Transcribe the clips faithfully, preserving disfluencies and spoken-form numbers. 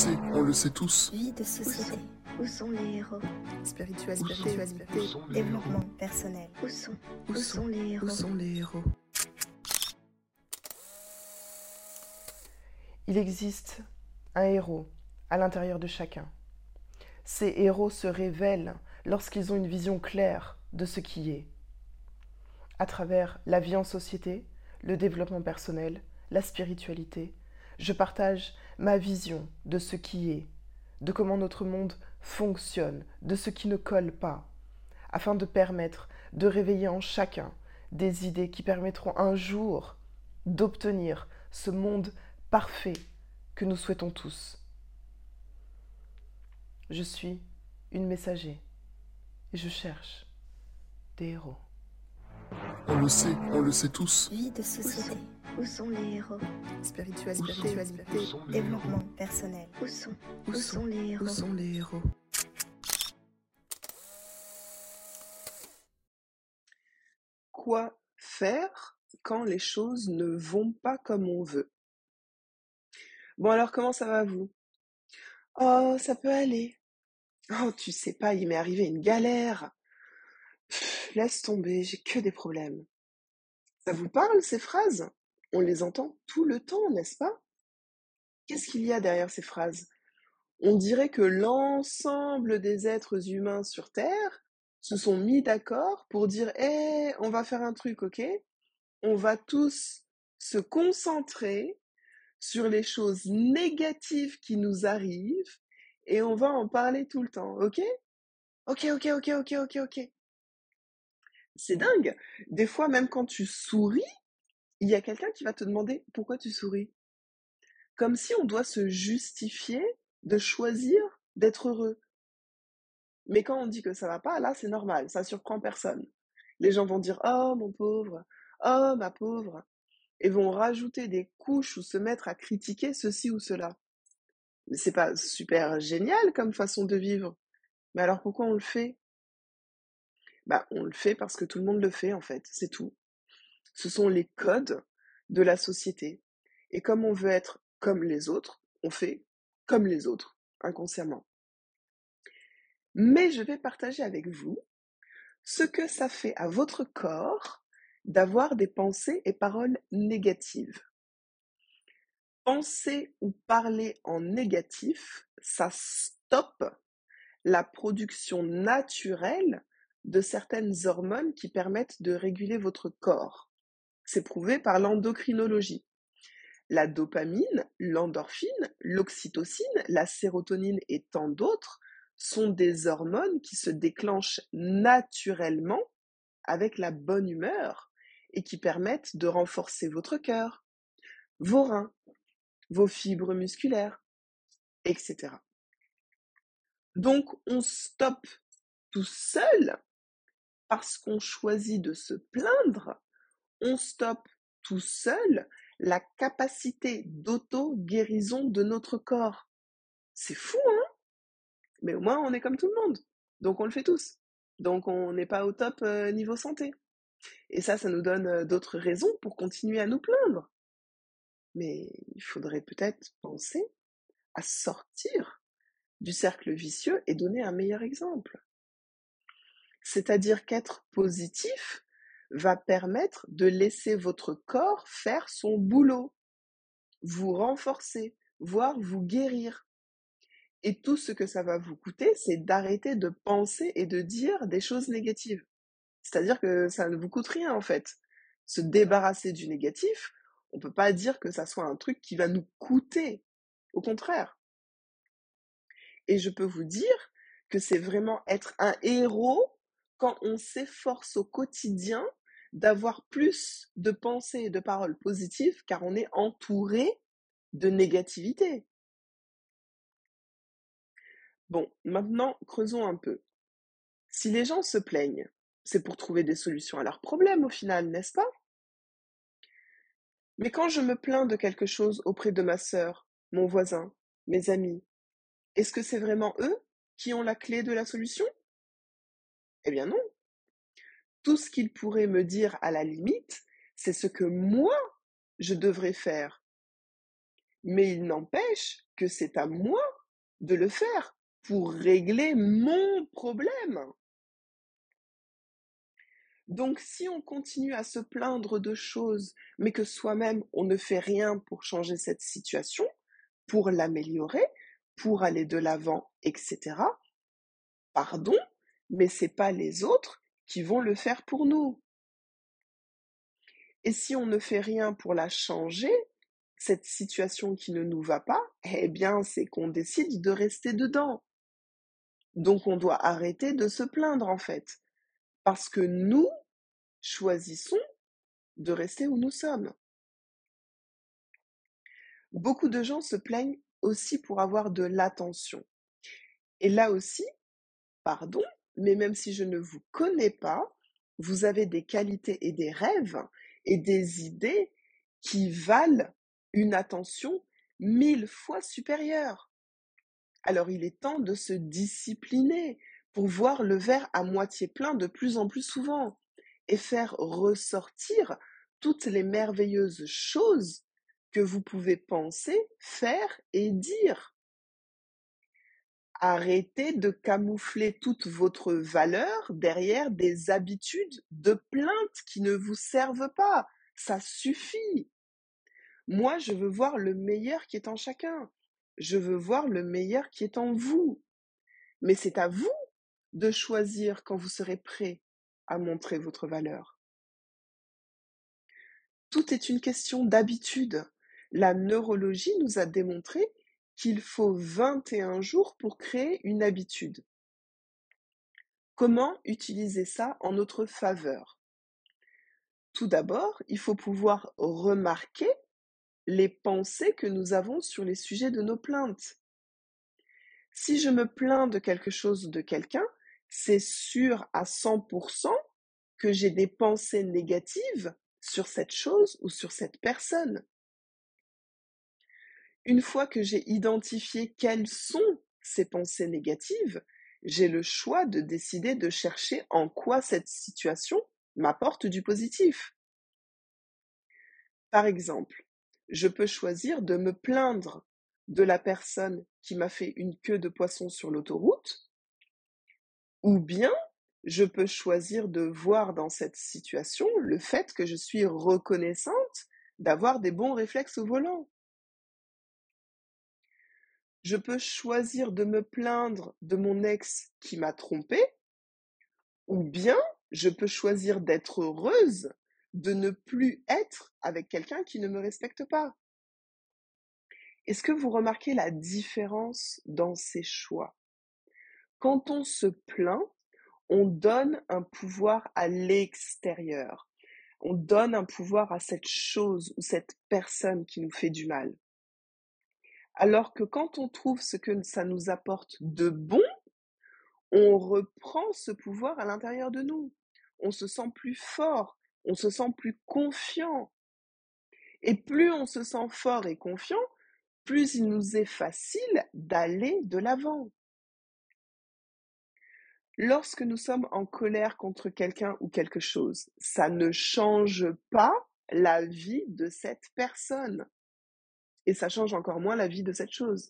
sait, on le sait tous. Vie de société. Où sont les héros? Spiritualité. Spiritualité. Développement personnel. Où sont Où Où sont- sont les héros? Où sont les héros? Il existe un héros à l'intérieur de chacun. Ces héros se révèlent lorsqu'ils ont une vision claire de ce qui est. À travers la vie en société, le développement personnel, la spiritualité, je partage ma vision de ce qui est, de comment notre monde fonctionne, de ce qui ne colle pas, afin de permettre de réveiller en chacun des idées qui permettront un jour d'obtenir ce monde parfait que nous souhaitons tous. Je suis une messager et je cherche des héros. On le sait, on le sait tous. Vie de Où société. sont Où sont les héros? Spiritualité. Développement personnel. Où sont Où Où sont- sont les héros? Où sont les héros? Quoi faire quand les choses ne vont pas comme on veut? Bon alors comment ça va vous? Oh, ça peut aller. Oh, tu sais pas, il m'est arrivé une galère. Pff, laisse tomber, j'ai que des problèmes. Ça vous parle ces phrases? On les entend tout le temps, n'est-ce pas? Qu'est-ce qu'il y a derrière ces phrases? On dirait que l'ensemble des êtres humains sur Terre se sont mis d'accord pour dire Eh, on va faire un truc, ok? On va tous se concentrer sur les choses négatives qui nous arrivent et on va en parler tout le temps, ok? Ok, ok, ok, ok, ok, ok. C'est dingue. Des fois, même quand tu souris, il y a quelqu'un qui va te demander pourquoi tu souris. Comme si on doit se justifier de choisir d'être heureux. Mais quand on dit que ça va pas, là, c'est normal, ça surprend personne. Les gens vont dire oh mon pauvre, oh ma pauvre, et vont rajouter des couches ou se mettre à critiquer ceci ou cela. Mais c'est pas super génial comme façon de vivre. Mais alors pourquoi on le fait? Bah, on le fait parce que tout le monde le fait en fait, c'est tout. Ce sont les codes de la société. Et comme on veut être comme les autres, on fait comme les autres, inconsciemment. Mais je vais partager avec vous ce que ça fait à votre corps d'avoir des pensées et paroles négatives. Penser ou parler en négatif, ça stoppe la production naturelle de certaines hormones qui permettent de réguler votre corps. C'est prouvé par l'endocrinologie. La dopamine, l'endorphine, l'oxytocine, la sérotonine et tant d'autres sont des hormones qui se déclenchent naturellement avec la bonne humeur et qui permettent de renforcer votre cœur, vos reins, vos fibres musculaires, et cetera. Donc on stoppe tout seul parce qu'on choisit de se plaindre, on stoppe tout seul la capacité d'auto-guérison de notre corps. C'est fou, hein? Mais au moins, on est comme tout le monde. Donc, on le fait tous. Donc, on n'est pas au top euh, niveau santé. Et ça, ça nous donne euh, d'autres raisons pour continuer à nous plaindre. Mais il faudrait peut-être penser à sortir du cercle vicieux et donner un meilleur exemple. C'est-à-dire qu'être positif va permettre de laisser votre corps faire son boulot, vous renforcer, voire vous guérir. Et tout ce que ça va vous coûter, c'est d'arrêter de penser et de dire des choses négatives. C'est-à-dire que ça ne vous coûte rien en fait. Se débarrasser du négatif, on ne peut pas dire que ça soit un truc qui va nous coûter. Au contraire. Et je peux vous dire que c'est vraiment être un héros quand on s'efforce au quotidien d'avoir plus de pensées et de paroles positives car on est entouré de négativité. Bon, maintenant, creusons un peu. Si les gens se plaignent, c'est pour trouver des solutions à leurs problèmes au final, n'est-ce pas? Mais quand je me plains de quelque chose auprès de ma sœur, mon voisin, mes amis, est-ce que c'est vraiment eux qui ont la clé de la solution? Eh bien non. Tout ce qu'ils pourraient me dire à la limite, c'est ce que moi, je devrais faire. Mais il n'empêche que c'est à moi de le faire pour régler mon problème. Donc si on continue à se plaindre de choses, mais que soi-même on ne fait rien pour changer cette situation, pour l'améliorer, pour aller de l'avant, et cetera, pardon, mais c'est pas les autres qui vont le faire pour nous. Et si on ne fait rien pour la changer, cette situation qui ne nous va pas, eh bien, c'est qu'on décide de rester dedans. Donc, on doit arrêter de se plaindre, en fait, parce que nous choisissons de rester où nous sommes. Beaucoup de gens se plaignent aussi pour avoir de l'attention. Et là aussi, pardon, mais même si je ne vous connais pas, vous avez des qualités et des rêves et des idées qui valent une attention mille fois supérieure. Alors il est temps de se discipliner pour voir le verre à moitié plein de plus en plus souvent et faire ressortir toutes les merveilleuses choses que vous pouvez penser, faire et dire. Arrêtez de camoufler toute votre valeur derrière des habitudes de plainte qui ne vous servent pas. Ça suffit. Moi, je veux voir le meilleur qui est en chacun. Je veux voir le meilleur qui est en vous. Mais c'est à vous de choisir quand vous serez prêt à montrer votre valeur. Tout est une question d'habitude. La neurologie nous a démontré qu'il faut vingt et un jours pour créer une habitude. Comment utiliser ça en notre faveur? Tout d'abord, il faut pouvoir remarquer les pensées que nous avons sur les sujets de nos plaintes. Si je me plains de quelque chose ou de quelqu'un, c'est sûr à cent pour cent que j'ai des pensées négatives sur cette chose ou sur cette personne. Une fois que j'ai identifié quelles sont ces pensées négatives, j'ai le choix de décider de chercher en quoi cette situation m'apporte du positif. Par exemple, je peux choisir de me plaindre de la personne qui m'a fait une queue de poisson sur l'autoroute, ou bien je peux choisir de voir dans cette situation le fait que je suis reconnaissante d'avoir des bons réflexes au volant. Je peux choisir de me plaindre de mon ex qui m'a trompée, ou bien je peux choisir d'être heureuse de ne plus être avec quelqu'un qui ne me respecte pas. Est-ce que vous remarquez la différence dans ces choix? Quand on se plaint, on donne un pouvoir à l'extérieur. On donne un pouvoir à cette chose ou cette personne qui nous fait du mal. Alors que quand on trouve ce que ça nous apporte de bon, on reprend ce pouvoir à l'intérieur de nous. On se sent plus fort, on se sent plus confiant. Et plus on se sent fort et confiant, plus il nous est facile d'aller de l'avant. Lorsque nous sommes en colère contre quelqu'un ou quelque chose, ça ne change pas la vie de cette personne. Et ça change encore moins la vie de cette chose.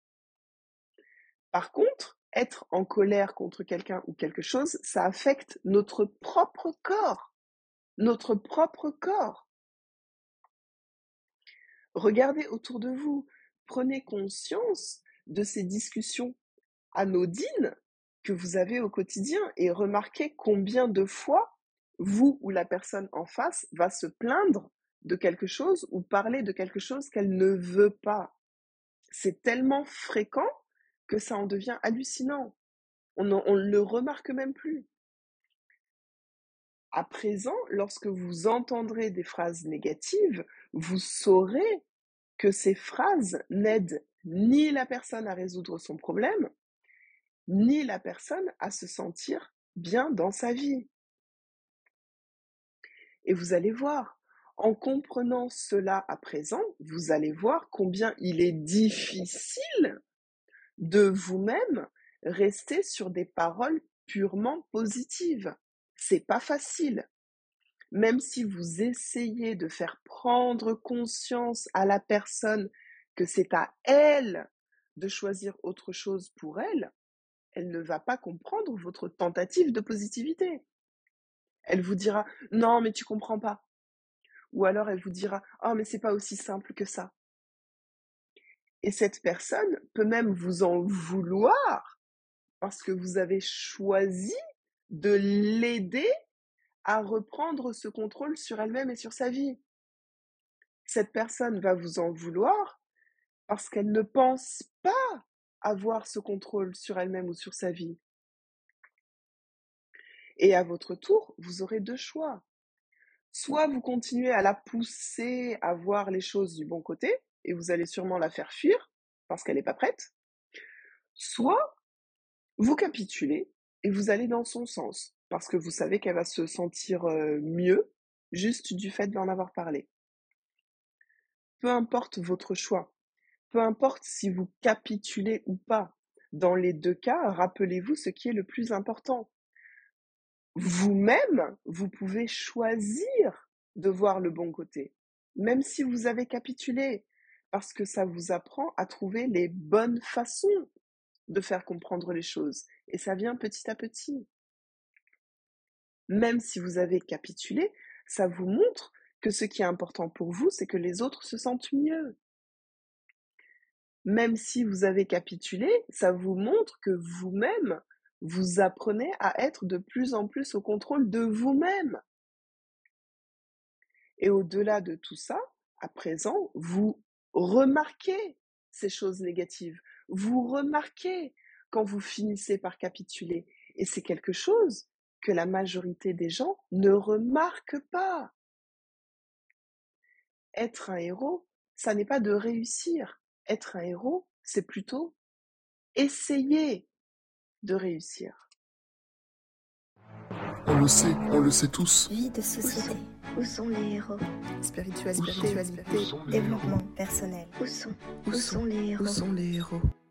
Par contre, être en colère contre quelqu'un ou quelque chose, ça affecte notre propre corps. Notre propre corps. Regardez autour de vous. Prenez conscience de ces discussions anodines que vous avez au quotidien et remarquez combien de fois vous ou la personne en face va se plaindre de quelque chose ou parler de quelque chose qu'elle ne veut pas. C'est tellement fréquent que ça en devient hallucinant. On ne le remarque même plus. À présent, lorsque vous entendrez des phrases négatives, vous saurez que ces phrases n'aident ni la personne à résoudre son problème, ni la personne à se sentir bien dans sa vie. Et vous allez voir, en comprenant cela à présent, vous allez voir combien il est difficile de vous-même rester sur des paroles purement positives. C'est pas facile. Même si vous essayez de faire prendre conscience à la personne que c'est à elle de choisir autre chose pour elle, elle ne va pas comprendre votre tentative de positivité. Elle vous dira « Non, mais tu comprends pas ». Ou alors elle vous dira « Oh, mais c'est pas aussi simple que ça ». Et cette personne peut même vous en vouloir parce que vous avez choisi de l'aider à reprendre ce contrôle sur elle-même et sur sa vie. Cette personne va vous en vouloir parce qu'elle ne pense pas avoir ce contrôle sur elle-même ou sur sa vie. Et à votre tour, vous aurez deux choix. Soit vous continuez à la pousser à voir les choses du bon côté, et vous allez sûrement la faire fuir parce qu'elle n'est pas prête. Soit vous capitulez et vous allez dans son sens parce que vous savez qu'elle va se sentir euh, mieux juste du fait d'en avoir parlé. Peu importe votre choix, peu importe si vous capitulez ou pas, dans les deux cas, rappelez-vous ce qui est le plus important. Vous-même, vous pouvez choisir de voir le bon côté, même si vous avez capitulé, parce que ça vous apprend à trouver les bonnes façons de faire comprendre les choses, et ça vient petit à petit. Même si vous avez capitulé, ça vous montre que ce qui est important pour vous, c'est que les autres se sentent mieux. Même si vous avez capitulé, ça vous montre que vous-même, vous apprenez à être de plus en plus au contrôle de vous-même. Et au-delà de tout ça, à présent, vous remarquez ces choses négatives. Vous remarquez quand vous finissez par capituler. Et c'est quelque chose que la majorité des gens ne remarquent pas. Être un héros, ça n'est pas de réussir. Être un héros, c'est plutôt essayer de réussir. On le sait, on le sait tous. Vie de Où société. sont, où sont les héros? Spiritualité. Où sont- Spiritualité. où sont les Développement personnel. Où sont, Où où sont- sont les héros? Où sont les héros?